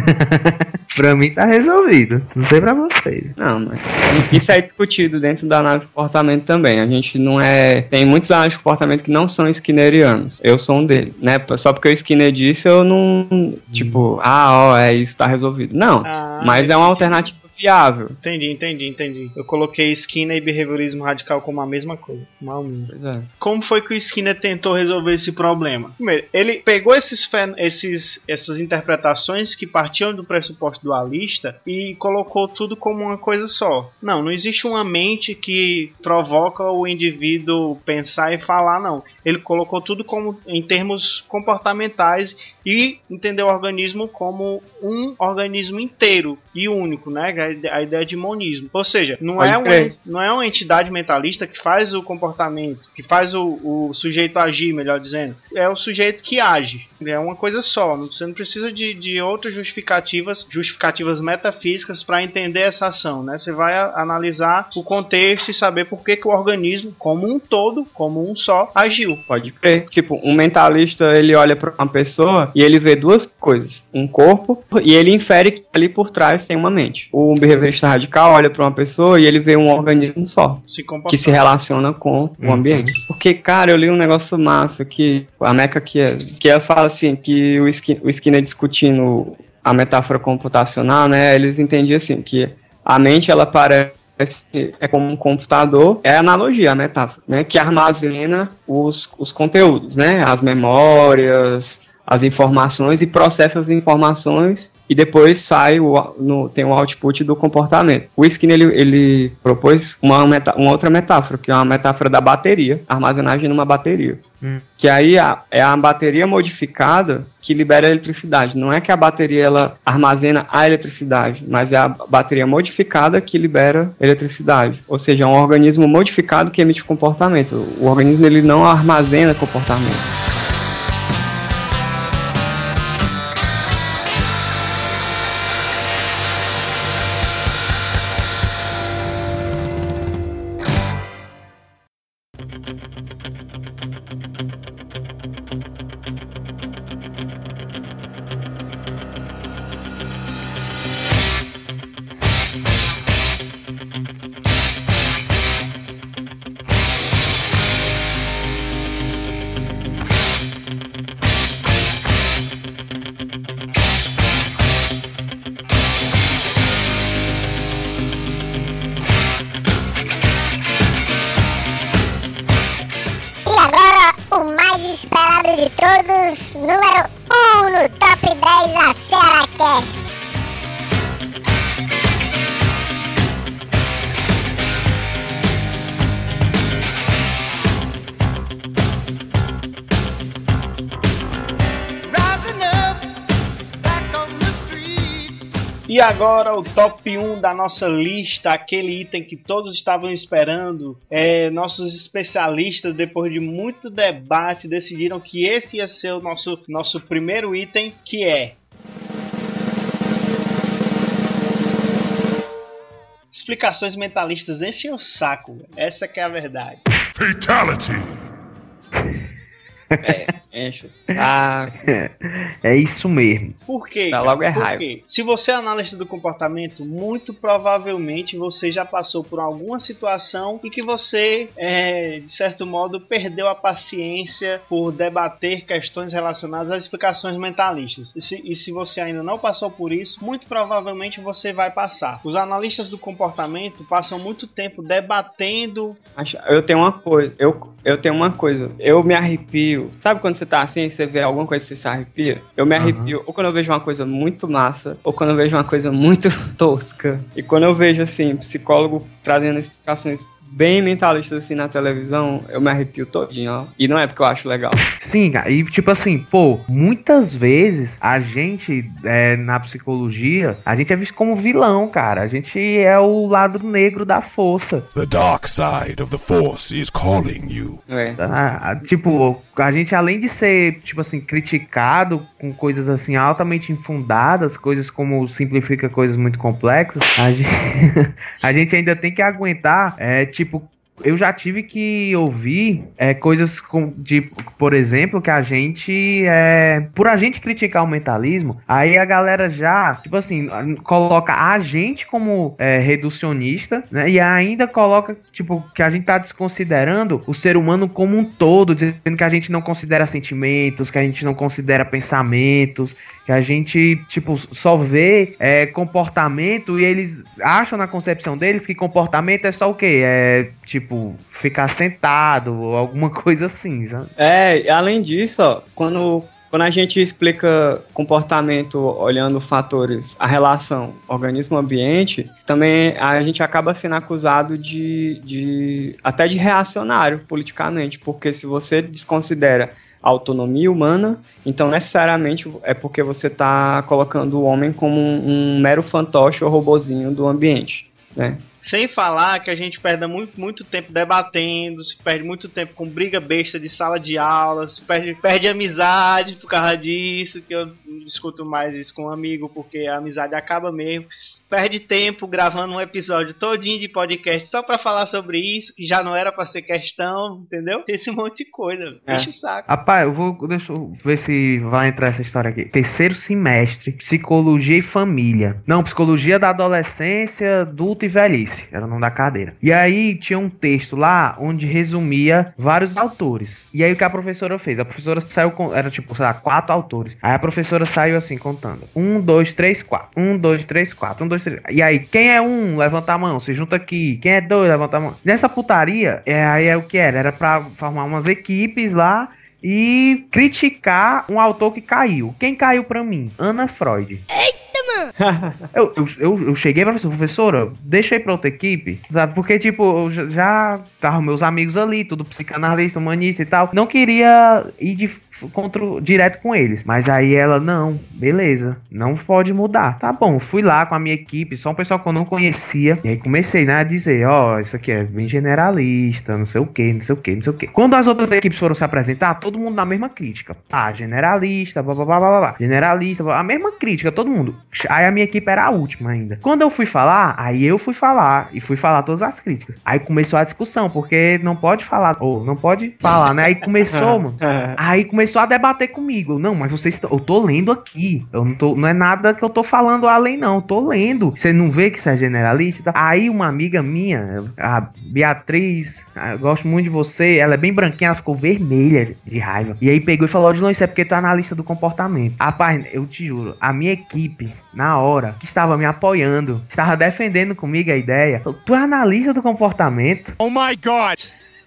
Pra mim tá resolvido. Não sei pra vocês. Não, mas isso é discutido dentro da análise de comportamento também. A gente não é... Tem muitos análises de comportamento que não são skinnerianos. Eu sou um deles, né? Só porque o Skinner disse, eu não... Tipo, ah, ó, é isso, tá resolvido. Não, Ah, mas é uma nesse alternativa viável. Entendi, entendi, entendi. Eu coloquei Skinner e behaviorismo radical como a mesma coisa. Mal mesmo. Pois é. Como foi que o Skinner tentou resolver esse problema? Primeiro, ele pegou esses, fen- esses, essas interpretações que partiam do pressuposto dualista e colocou tudo como uma coisa só. Não, não existe uma mente que provoca o indivíduo pensar e falar, não. Ele colocou tudo como em termos comportamentais e entendeu o organismo como um organismo inteiro e único, né? A ideia de monismo. Ou seja, não Pode é, uma, crer. não é uma entidade mentalista que faz o comportamento, que faz o, o sujeito agir, melhor dizendo. É o sujeito que age. É uma coisa só. Você não precisa de, de outras justificativas, justificativas metafísicas para entender essa ação, né? Você vai a, analisar o contexto e saber por que, que o organismo, como um todo, como um só, agiu. Pode crer. Tipo, um mentalista, ele olha pra uma pessoa e ele vê duas coisas. Um corpo e ele infere que ali por trás tem uma mente. O behaviorista radical olha pra uma pessoa e ele vê um organismo só. Se comportar. Que se relaciona com o ambiente. Porque, cara, eu li um negócio massa que a Meca que é, que ela fala assim, que o Skinner, o Skinner discutindo a metáfora computacional, né, eles entendiam assim, que a mente, ela parece é como um computador, é a analogia, a metáfora, né, que armazena os, os conteúdos, né, as memórias, as informações e processa as informações e depois sai o, no, tem o output do comportamento. O Skinner, ele, ele propôs uma, meta, uma outra metáfora, que é uma metáfora da bateria, armazenagem numa bateria. Hum. Que aí a, é a bateria modificada que libera a eletricidade. Não é que a bateria ela armazena a eletricidade, mas é a bateria modificada que libera eletricidade. Ou seja, é um organismo modificado que emite comportamento. O organismo ele não armazena comportamento. E agora o top um da nossa lista, aquele item que todos estavam esperando. É, nossos especialistas, depois de muito debate, decidiram que esse ia ser o nosso, nosso primeiro item, que é... explicações mentalistas enchem o saco. Essa que é a verdade. Fatality! É, enche. Ah, É, é isso mesmo. Por quê? Dá cara? logo é Por raiva. quê? Se você é analista do comportamento, muito provavelmente você já passou por alguma situação em que você, é, de certo modo, perdeu a paciência por debater questões relacionadas às explicações mentalistas. E se, e se você ainda não passou por isso, muito provavelmente você vai passar. Os analistas do comportamento passam muito tempo debatendo. eu tenho uma coisa, eu, eu tenho uma coisa, eu me arrepio. Sabe quando você tá assim, você vê alguma coisa e você se arrepia? Eu me arrepio uhum. ou quando eu vejo uma coisa muito massa, ou quando eu vejo uma coisa muito tosca. E quando eu vejo, assim, psicólogo trazendo explicações bem mentalistas assim na televisão, eu me arrepio todinho, ó. E não é porque eu acho legal. Sim, cara, e tipo assim, pô, muitas vezes a gente, é, na psicologia, a gente é visto como vilão, cara. A gente é o lado negro da força. The dark side of the force is calling you. É. Ah, tipo, a gente além de ser, tipo assim, criticado com coisas assim altamente infundadas, coisas como simplifica coisas muito complexas, a gente, a gente ainda tem que aguentar, é, tipo, eu já tive que ouvir é, coisas com, de, por exemplo, que a gente, é, por a gente criticar o mentalismo, aí a galera já, tipo assim, coloca a gente como é, reducionista, né, e ainda coloca, tipo, que a gente tá desconsiderando o ser humano como um todo, dizendo que a gente não considera sentimentos, que a gente não considera pensamentos, que a gente, tipo, só vê é, comportamento e eles acham na concepção deles que comportamento é só o quê? É, tipo, ficar sentado ou alguma coisa assim, sabe? É, além disso, ó, quando, quando a gente explica comportamento olhando fatores, a relação organismo-ambiente, também a gente acaba sendo acusado de, de até de reacionário politicamente, porque se você desconsidera a autonomia humana, então necessariamente é porque você está colocando o homem como um, um mero fantoche ou robozinho do ambiente, né? Sem falar que a gente perde muito, muito tempo debatendo, se perde muito tempo com briga besta de sala de aula, se perde, perde amizade por causa disso, que eu não discuto mais isso com um amigo, porque a amizade acaba mesmo. Perde tempo gravando um episódio todinho de podcast só pra falar sobre isso, que já não era pra ser questão, entendeu? Tem esse monte de coisa, é. Deixa o saco. Rapaz, eu vou, deixa eu ver se vai entrar essa história aqui. Terceiro semestre, psicologia e família. Não, psicologia da adolescência, adulto e velhice, era o nome da cadeira. E aí tinha um texto lá onde resumia vários autores. E aí o que a professora fez? A professora saiu com, era tipo, sei lá, quatro autores. Aí a professora saiu assim, contando. Um, dois, três, quatro. Um, dois, três, quatro. Um, dois, E aí, quem é um, levanta a mão, se junta aqui. Quem é dois, levanta a mão. Nessa putaria, é, aí é o que era. Era pra formar umas equipes lá e criticar um autor que caiu. Quem caiu pra mim? Ana Freud. Eita, mano! eu, eu, eu, eu cheguei pra professora, professora, deixa aí pra outra equipe, sabe? Porque, tipo, eu já, já tava meus amigos ali, tudo psicanalista, humanista e tal. Não queria ir de contra, direto com eles. Mas aí ela, não, beleza, não pode mudar. Tá bom, fui lá com a minha equipe, só um pessoal que eu não conhecia. E aí comecei, né, a dizer, ó, oh, isso aqui é bem generalista, não sei o que, não sei o que, não sei o que. Quando as outras equipes foram se apresentar, todo mundo na mesma crítica. Ah, generalista, blá, blá, blá, blá, blá. Generalista, blá, a mesma crítica, todo mundo. Aí a minha equipe era a última ainda. Quando eu fui falar, aí eu fui falar, e fui falar todas as críticas. Aí começou a discussão, porque não pode falar, ou não pode falar, né? Aí começou, mano. Aí começou a debater comigo. Não, mas vocês, eu tô lendo aqui. Eu não tô, não é nada que eu tô falando além, não. Eu tô lendo. Você não vê que você é generalista? Aí uma amiga minha, a Beatriz, eu gosto muito de você, ela é bem branquinha, ela ficou vermelha de raiva. E aí pegou e falou, Odilon, isso é porque tu é analista do comportamento. Rapaz, eu te juro, a minha equipe, na hora, que estava me apoiando, estava defendendo comigo a ideia, tu é analista do comportamento? Oh my God!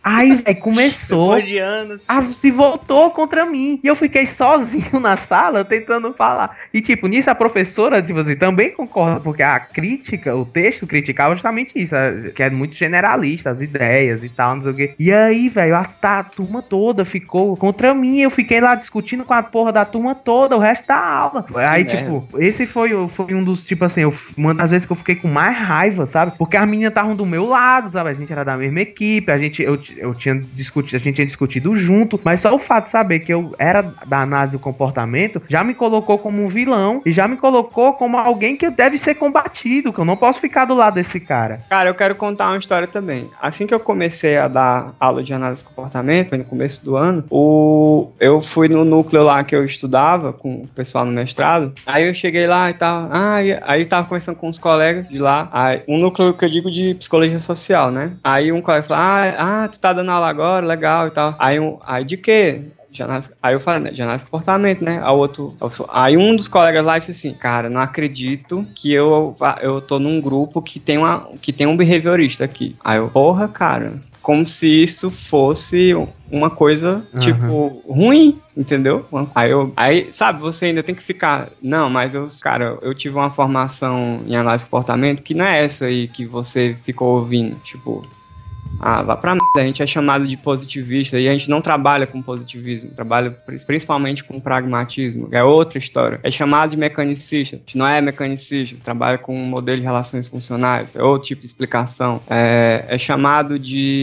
Aí, velho, começou. Depois de anos. A, se voltou contra mim. E eu fiquei sozinho na sala tentando falar. E, tipo, nisso a professora, tipo assim, também concorda, porque a crítica, o texto criticava justamente isso, que é muito generalista, as ideias e tal, não sei o quê. E aí, velho, a, a turma toda ficou contra mim. Eu fiquei lá discutindo com a porra da turma toda o resto da aula. Aí, Que tipo, merda. esse foi, foi um dos, tipo assim, eu, uma das vezes que eu fiquei com mais raiva, sabe? Porque as meninas estavam do meu lado, sabe? A gente era da mesma equipe, a gente, eu, eu tinha discutido, a gente tinha discutido junto, mas só o fato de saber que eu era da análise do comportamento já me colocou como um vilão e já me colocou como alguém que deve ser combatido, que eu não posso ficar do lado desse cara. Cara, eu quero contar uma história também. Assim que eu comecei a dar aula de análise de comportamento, foi no começo do ano, o... eu fui no núcleo lá que eu estudava com o pessoal no mestrado, aí eu cheguei lá e tal, ah, e... aí eu tava conversando com os colegas de lá, aí, um núcleo que eu digo de psicologia social, né? Aí um colega falou, ah, ah tu tá dando aula agora, legal e tal. Aí, um... aí de quê? De análise... Aí eu falei, né, de análise de comportamento, né? Aí, outro... aí um dos colegas lá disse assim, cara, não acredito que eu, eu tô num grupo que tem, uma... que tem um behaviorista aqui. Aí eu, porra, cara, como se isso fosse uma coisa, uhum. tipo, ruim, entendeu? Aí eu, aí, sabe, você ainda tem que ficar, não, mas eu, cara, eu tive uma formação em análise de comportamento que não é essa aí que você ficou ouvindo, tipo... Ah, vá pra merda, a gente é chamado de positivista e a gente não trabalha com positivismo, trabalha principalmente com pragmatismo, é outra história. É chamado de mecanicista, a gente não é mecanicista, trabalha com um modelo de relações funcionais, é outro tipo de explicação. É, é chamado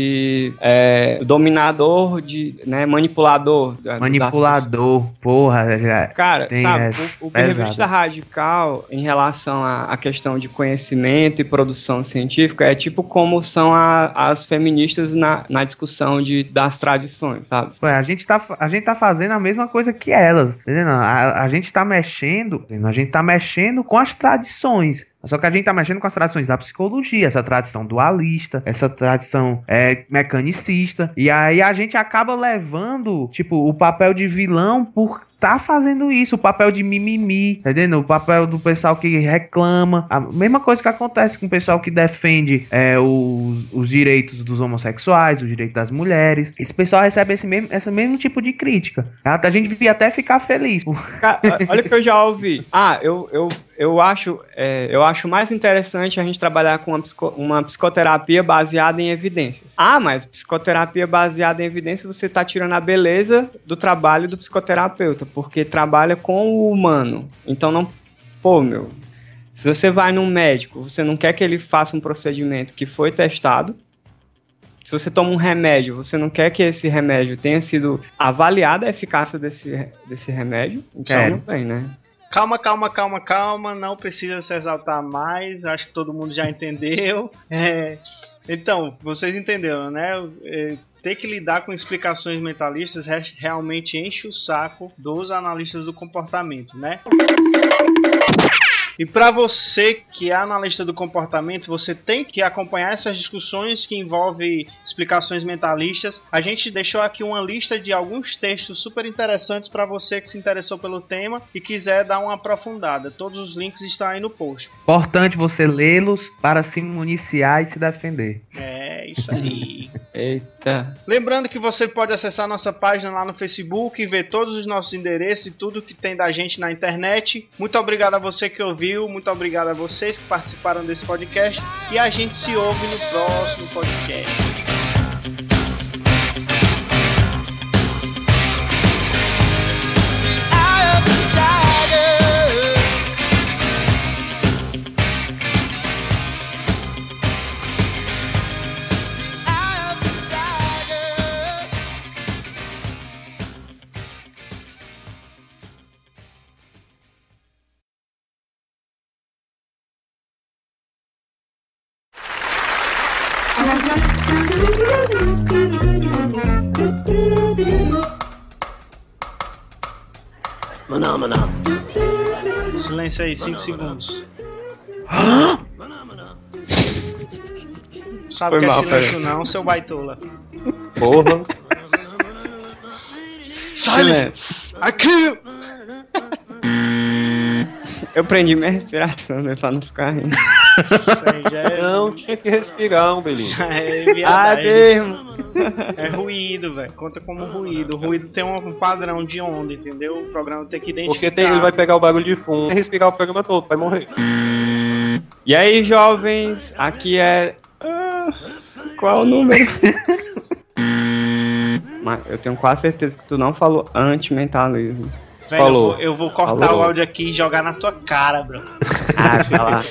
de é, dominador, de né, manipulador. Manipulador, porra, já. Cara, sabe, essa, o, o behaviorista radical em relação à, à questão de conhecimento e produção científica é tipo como são a, as feministas na, na discussão de, das tradições, sabe? Ué, a gente tá, a gente tá fazendo a mesma coisa que elas, entendeu? A, a gente tá mexendo, a gente tá mexendo com as tradições. Só que a gente tá mexendo com as tradições da psicologia, essa tradição dualista, essa tradição é, mecanicista. E aí a gente acaba levando, tipo, o papel de vilão por tá fazendo isso, o papel de mimimi, tá entendendo? O papel do pessoal que reclama. A mesma coisa que acontece com o pessoal que defende é, os, os direitos dos homossexuais, os direitos das mulheres. Esse pessoal recebe esse mesmo, esse mesmo tipo de crítica. A gente devia até ficar feliz. Cara, olha o que eu já ouvi. Ah, eu, eu, eu, acho, é, eu acho mais interessante a gente trabalhar com uma, psico, uma psicoterapia baseada em evidências. Ah, mas psicoterapia baseada em evidências, você tá tirando a beleza do trabalho do psicoterapeuta, porque trabalha com o humano. Então não... Pô, meu... Se você vai num médico, você não quer que ele faça um procedimento que foi testado. Se você toma um remédio, você não quer que esse remédio tenha sido avaliada a eficácia desse, desse remédio. Então é. não tem, né? Calma, calma, calma, calma. Não precisa se exaltar mais. Acho que todo mundo já entendeu. É... Então, vocês entenderam, né? É... Ter que lidar com explicações mentalistas realmente enche o saco dos analistas do comportamento, né? E para você que é analista do comportamento, você tem que acompanhar essas discussões que envolvem explicações mentalistas. A gente deixou aqui uma lista de alguns textos super interessantes para você que se interessou pelo tema e quiser dar uma aprofundada. Todos os links estão aí no post. Importante você lê-los para se municiar e se defender. É, isso aí. Eita. Lembrando que você pode acessar nossa página lá no Facebook e ver todos os nossos endereços e tudo que tem da gente na internet. Muito obrigado a você que ouviu, muito obrigado a vocês que participaram desse podcast e a gente se ouve no próximo podcast. Maná, maná. Silêncio aí, cinco segundos. Sabe o que é mal, silêncio pera. não, seu baitola. Porra. Silence! Aqui! Eu prendi minha respiração, né, pra não ficar rindo. Já é, Não, tinha que respirar, um belinho. já é Ah, viadagem. mesmo. É ruído, velho. Conta como ruído. O ruído tem um padrão de onda, entendeu? O programa tem que identificar. Porque tem, ele vai pegar o barulho de fundo e respirar o programa todo, vai morrer. E aí, jovens, aqui é... Ah, qual é o número? Mas eu tenho quase certeza que tu não falou antimentalismo. Velho, Falou. eu vou, eu vou cortar Falou. o áudio aqui e jogar na tua cara, bro. Ah, tá lá.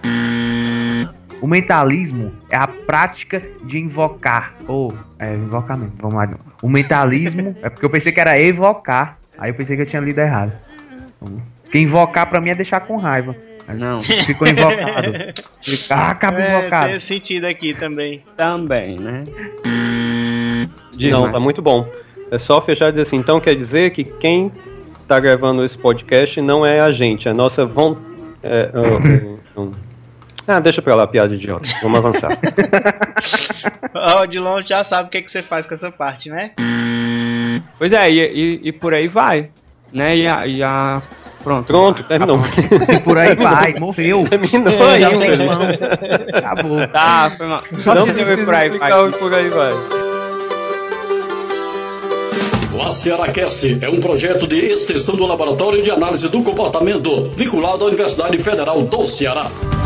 O mentalismo é a prática de invocar. Ou, é, invocamento, vamos lá. O mentalismo é porque eu pensei que era evocar. Aí eu pensei que eu tinha lido errado. Porque invocar pra mim é deixar com raiva. Não, Ficou invocado. Fica, ah, acaba É, invocado. tem sentido aqui também. também, né? Diz Não, mais. tá muito bom. É só fechar e dizer assim, então quer dizer que quem tá gravando esse podcast não é a gente, é a nossa vontade. É, uh, uh, uh. Ah, deixa pra lá, piada idiota. Vamos avançar. Ó, de longe já sabe o que, que você faz com essa parte, né? Pois é, e, e, e por aí vai, né? E a... E a... Pronto. Pronto, terminou. E por aí vai, morreu. Terminou aí, Já tem velho. mão. Acabou. Tá, foi mal. Só Não dizer precisa por aí explicar vai. o por aí vai. O AcearaCast é um projeto de extensão do Laboratório de Análise do Comportamento, vinculado à Universidade Federal do Ceará.